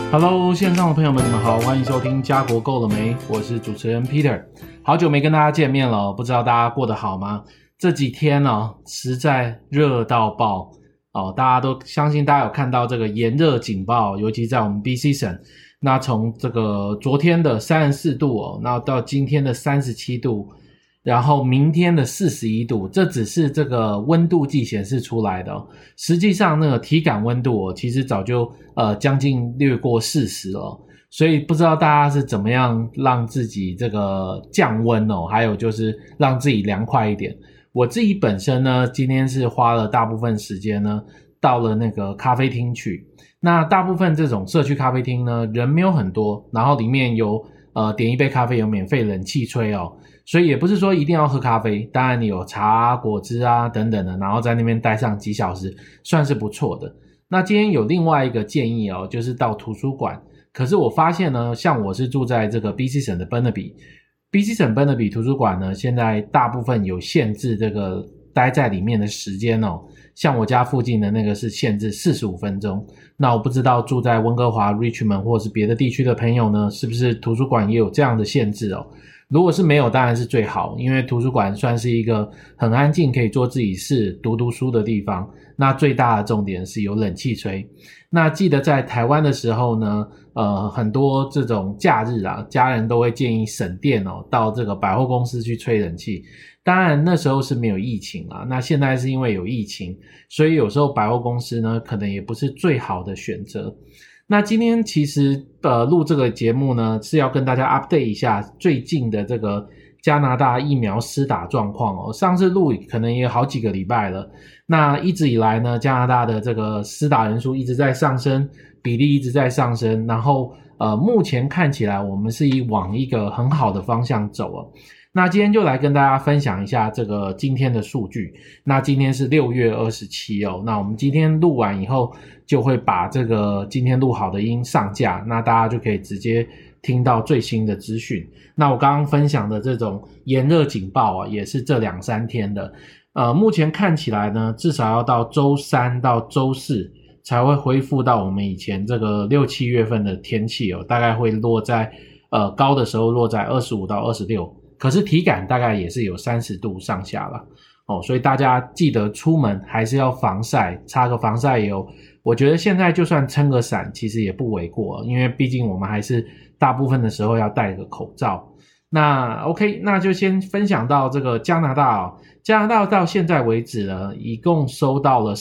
Hello， 线上的朋友们，你们好，欢迎收听家国够了没？我是主持人 Peter， 好久没跟大家见面了，不知道大家过得好吗？这几天呢，实在热到爆哦，大家都相信大家有看到这个炎热警报，尤其在我们 BC 省，那从这个昨天的34度哦，那到今天的37度，然后明天的41度，这只是这个温度计显示出来的哦，实际上那个体感温度哦，其实早就将近略过40了，所以不知道大家是怎么样让自己这个降温哦，还有就是让自己凉快一点。我自己本身呢，今天是花了大部分时间呢，到了那个咖啡厅去。那大部分这种社区咖啡厅呢，人没有很多，然后里面有点一杯咖啡有免费冷气吹哦，所以也不是说一定要喝咖啡，当然你有茶、果汁啊等等的，然后在那边待上几小时，算是不错的。那今天有另外一个建议哦，就是到图书馆。可是我发现呢，像我是住在这个 BC 省的 Burnaby 省 Burnaby 图书馆呢，现在大部分有限制这个待在里面的时间哦，像我家附近的那个是限制45分钟。那我不知道住在温哥华 Richmond 或是别的地区的朋友呢，是不是图书馆也有这样的限制哦？如果是没有，当然是最好，因为图书馆算是一个很安静可以做自己事读书的地方。那最大的重点是有冷气吹。那记得在台湾的时候呢，很多这种假日啊，家人都会建议省电哦，到这个百货公司去吹冷气。当然那时候是没有疫情啦，那现在是因为有疫情，所以有时候百货公司呢，可能也不是最好的选择。那今天其实录这个节目呢，是要跟大家 update 一下最近的这个加拿大疫苗施打状况哦。上次录可能也有好几个礼拜了，那一直以来呢，加拿大的这个施打人数一直在上升，比例一直在上升，然后目前看起来我们是往一个很好的方向走哦。那今天就来跟大家分享一下这个今天的数据。那今天是6月27哦，那我们今天录完以后就会把这个今天录好的音上架，那大家就可以直接听到最新的资讯。那我刚刚分享的这种炎热警报啊，也是这2-3天的。目前看起来呢，至少要到周3到周4才会恢复到我们以前这个6-7月份的天气哦，大概会落在高的时候落在25到26。可是体感大概也是有30度上下啦哦，所以大家记得出门还是要防晒，擦个防晒油。我觉得现在就算撑个伞其实也不为过，因为毕竟我们还是大部分的时候要戴个口罩。那 OK， 那就先分享到这个加拿大哦。加拿大到现在为止呢，一共收到了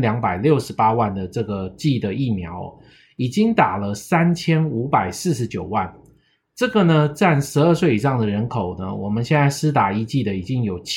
4268万的这个剂的疫苗哦，已经打了3549万。这个呢，占12岁以上的人口呢，我们现在施打一剂的已经有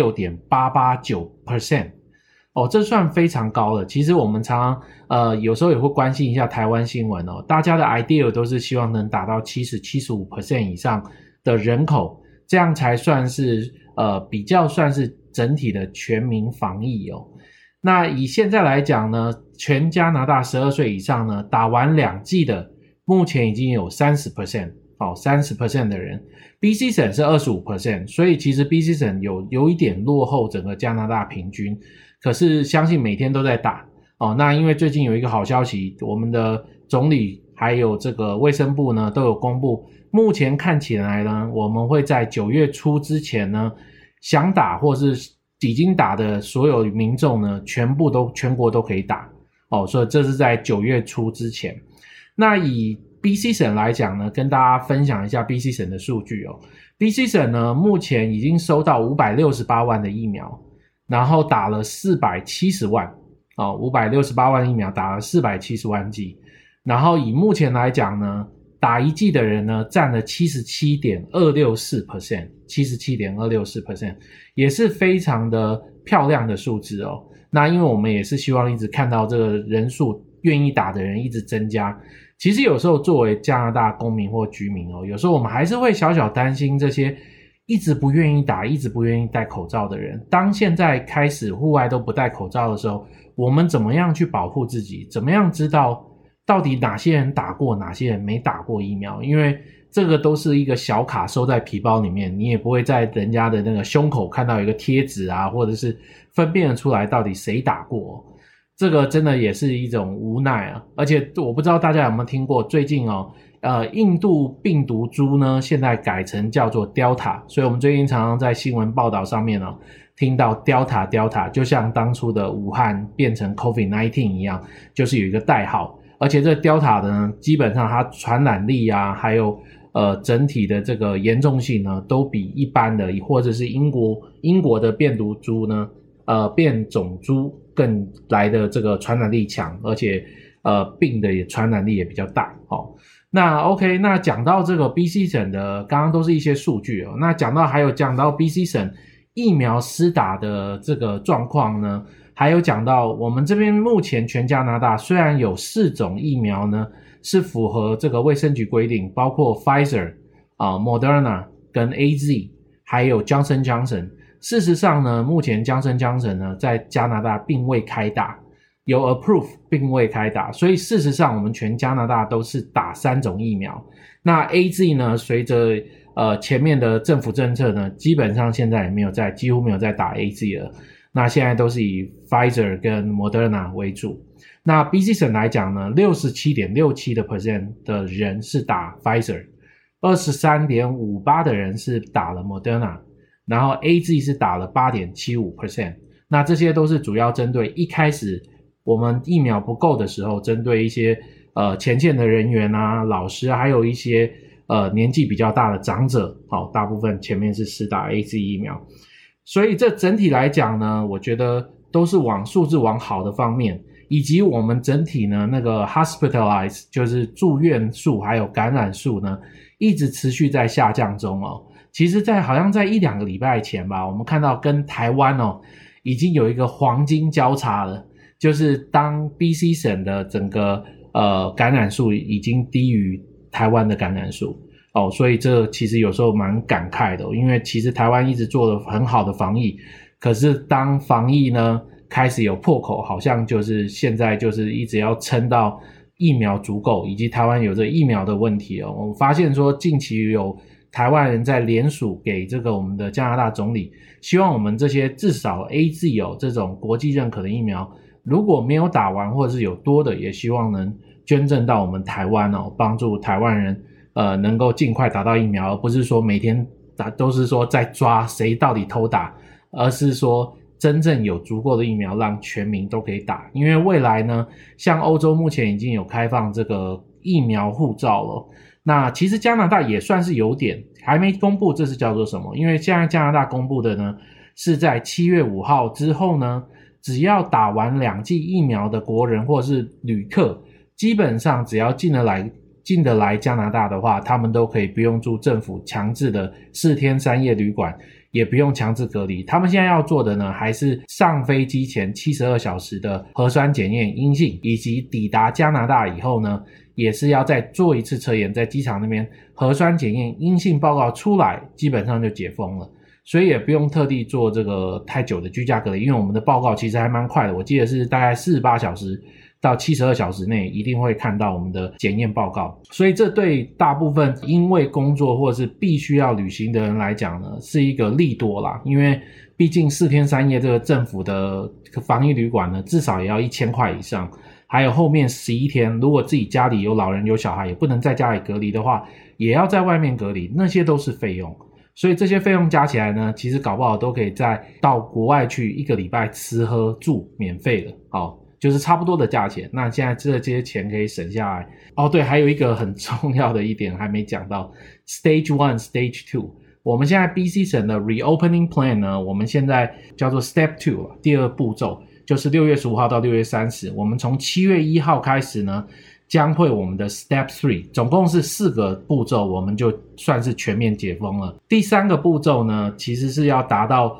76.889% 哦，这算非常高了。其实我们常常有时候也会关心一下台湾新闻哦，大家的 idea 都是希望能达到 70-75% 以上的人口，这样才算是比较算是整体的全民防疫哦。那以现在来讲呢，全加拿大12岁以上呢，打完2剂的目前已经有 30%。30% 的人 BC 省是 25%， 所以其实 BC 省有一点落后整个加拿大平均，可是相信每天都在打哦。那因为最近有一个好消息，我们的总理还有这个卫生部呢都有公布，目前看起来呢，我们会在9月初之前呢，想打或是已经打的所有民众呢，全国都可以打哦，所以这是在9月初之前。那以BC 省来讲呢，跟大家分享一下 BC 省的数据哦。BC 省呢，目前已经收到568万的疫苗，然后打了470万哦，568万疫苗打了470万剂。然后以目前来讲呢，打一剂的人呢，占了 77.264%， 也是非常的漂亮的数字哦。那因为我们也是希望一直看到这个人数愿意打的人一直增加。其实有时候作为加拿大公民或居民哦，有时候我们还是会小小担心这些一直不愿意打、一直不愿意戴口罩的人。当现在开始户外都不戴口罩的时候，我们怎么样去保护自己？怎么样知道到底哪些人打过，哪些人没打过疫苗？因为这个都是一个小卡收在皮包里面，你也不会在人家的那个胸口看到一个贴纸啊，或者是分辨得出来到底谁打过。 这个真的也是一种无奈啊。而且我不知道大家有没有听过，最近印度病毒株呢现在改成叫做 Delta， 所以我们最近常常在新闻报道上面听到 Delta 就像当初的武汉变成 COVID-19 一样，就是有一个代号。而且这 Delta 的呢，基本上它传染力啊，还有整体的这个严重性呢，都比一般的或者是英国的变毒株呢，变种株更来的这个传染力强，而且病的传染力也比较大。那 OK， 那讲到这个 BC 省的，刚刚都是一些数据那讲到 BC 省疫苗施打的这个状况呢，还有讲到我们这边目前全加拿大虽然有4种疫苗呢是符合这个卫生局规定，包括 Pfizer、Moderna 跟 AZ 还有 Johnson Johnson。事实上呢，目前 Johnson Johnson 呢在加拿大并未开打，有 approve 并未开打，所以事实上我们全加拿大都是打3种疫苗。那 AZ 呢，随着前面的政府政策呢，基本上现在也几乎没有在打 AZ 了。那现在都是以 Pfizer 跟 Moderna 为主。那 BC 省来讲呢 67.67% 的人是打 Pfizer， 23.58% 的人是打了 Moderna， 然后 AZ 是打了 8.75%。 那这些都是主要针对一开始我们疫苗不够的时候，针对一些前线的人员啊、老师还有一些年纪比较大的长者，大部分前面是施打 AZ 疫苗。所以这整体来讲呢，我觉得都是数字往好的方面，以及我们整体呢那个 hospitalize 就是住院数还有感染数呢一直持续在下降中其实好像在1-2个礼拜前吧，我们看到跟台湾已经有一个黄金交叉了，就是当 BC 省的整个感染数已经低于台湾的感染数所以这其实有时候蛮感慨的因为其实台湾一直做了很好的防疫，可是当防疫呢开始有破口，好像就是现在就是一直要撑到疫苗足够，以及台湾有这疫苗的问题我们发现说近期有台湾人在联署给这个我们的加拿大总理，希望我们这些至少 AZ 这种国际认可的疫苗，如果没有打完或者是有多的，也希望能捐赠到我们台湾帮助台湾人能够尽快打到疫苗，而不是说每天都是说在抓谁到底偷打，而是说真正有足够的疫苗让全民都可以打。因为未来呢，像欧洲目前已经有开放这个疫苗护照了，那其实加拿大也算是有点还没公布这是叫做什么，因为现在加拿大公布的呢是在7月5号之后呢，只要打完2剂疫苗的国人或是旅客，基本上只要进得来加拿大的话，他们都可以不用住政府强制的4天3夜旅馆，也不用强制隔离。他们现在要做的呢，还是上飞机前72小时的核酸检验阴性，以及抵达加拿大以后呢，也是要再做一次测验，在机场那边核酸检验阴性报告出来，基本上就解封了。所以也不用特地做这个太久的居家隔离，因为我们的报告其实还蛮快的，我记得是大概48小时到72小时内一定会看到我们的检验报告。所以这对大部分因为工作或是必须要旅行的人来讲呢，是一个利多啦，因为毕竟4天3夜这个政府的防疫旅馆呢，至少也要1000块以上，还有后面11天如果自己家里有老人有小孩也不能在家里隔离的话，也要在外面隔离，那些都是费用。所以这些费用加起来呢，其实搞不好都可以再到国外去1个礼拜吃喝住免费的就是差不多的价钱。那现在这些钱可以省下来对，还有一个很重要的一点还没讲到 Stage 1 Stage 2， 我们现在 BC 省的 Reopening Plan 呢，我们现在叫做 Step 2第2步骤，就是6月15号到6月30，我们从7月1号开始呢将会我们的 Step 3， 总共是4个步骤，我们就算是全面解封了。第3个步骤呢，其实是要达到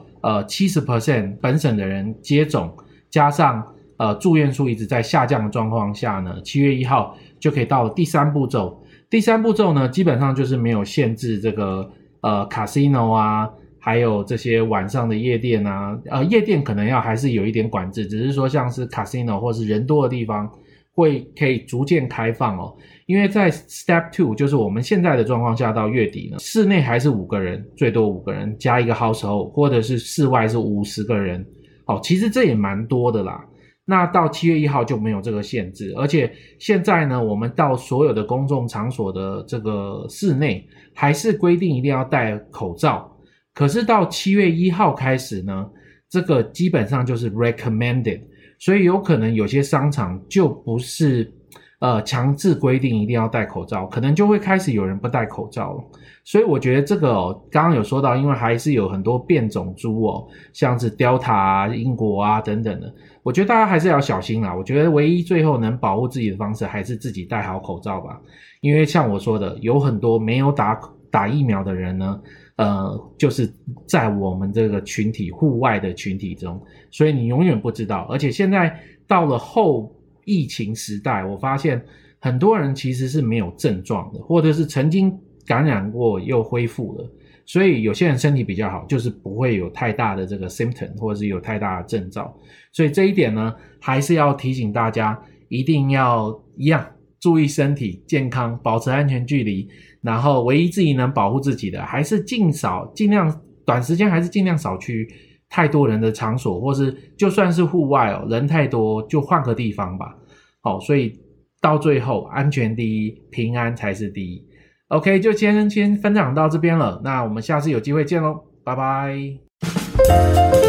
70% 本省的人接种，加上住院数一直在下降的状况下呢，7月1号就可以到了第3步骤。第3步骤呢，基本上就是没有限制这个casino 啊，还有这些晚上的夜店啊，夜店可能还是有一点管制，只是说像是 casino 或是人多的地方可以逐渐开放因为在 Step 2 就是我们现在的状况下，到月底呢，室内还是5个人，最多5个人加一个 household， 或者是室外是50个人其实这也蛮多的啦。 那到7月1号就没有这个限制，而且现在呢，我们到所有的公众场所的这个室内，还是规定一定要戴口罩。可是到7月1号开始呢，这个基本上就是 recommended， 所以有可能有些商场就不是强制规定一定要戴口罩，可能就会开始有人不戴口罩了。所以我觉得这个刚刚有说到，因为还是有很多变种株像是 Delta 啊、英国啊等等的，我觉得大家还是要小心啦。我觉得唯一最后能保护自己的方式还是自己戴好口罩吧。因为像我说的，有很多没有打疫苗的人呢，就是在我们这个群体户外的群体中，所以你永远不知道。而且现在到了后疫情时代，我发现很多人其实是没有症状的，或者是曾经感染过又恢复了，所以有些人身体比较好，就是不会有太大的这个 symptom 或者是有太大的征兆。所以这一点呢，还是要提醒大家一定要一样注意身体健康，保持安全距离，然后唯一自己能保护自己的还是尽量短时间还是尽量少去太多人的场所，或是就算是户外人太多就换个地方吧。所以到最后安全第一，平安才是第一。OK， 就先分享到这边了，那我们下次有机会见咯，拜拜。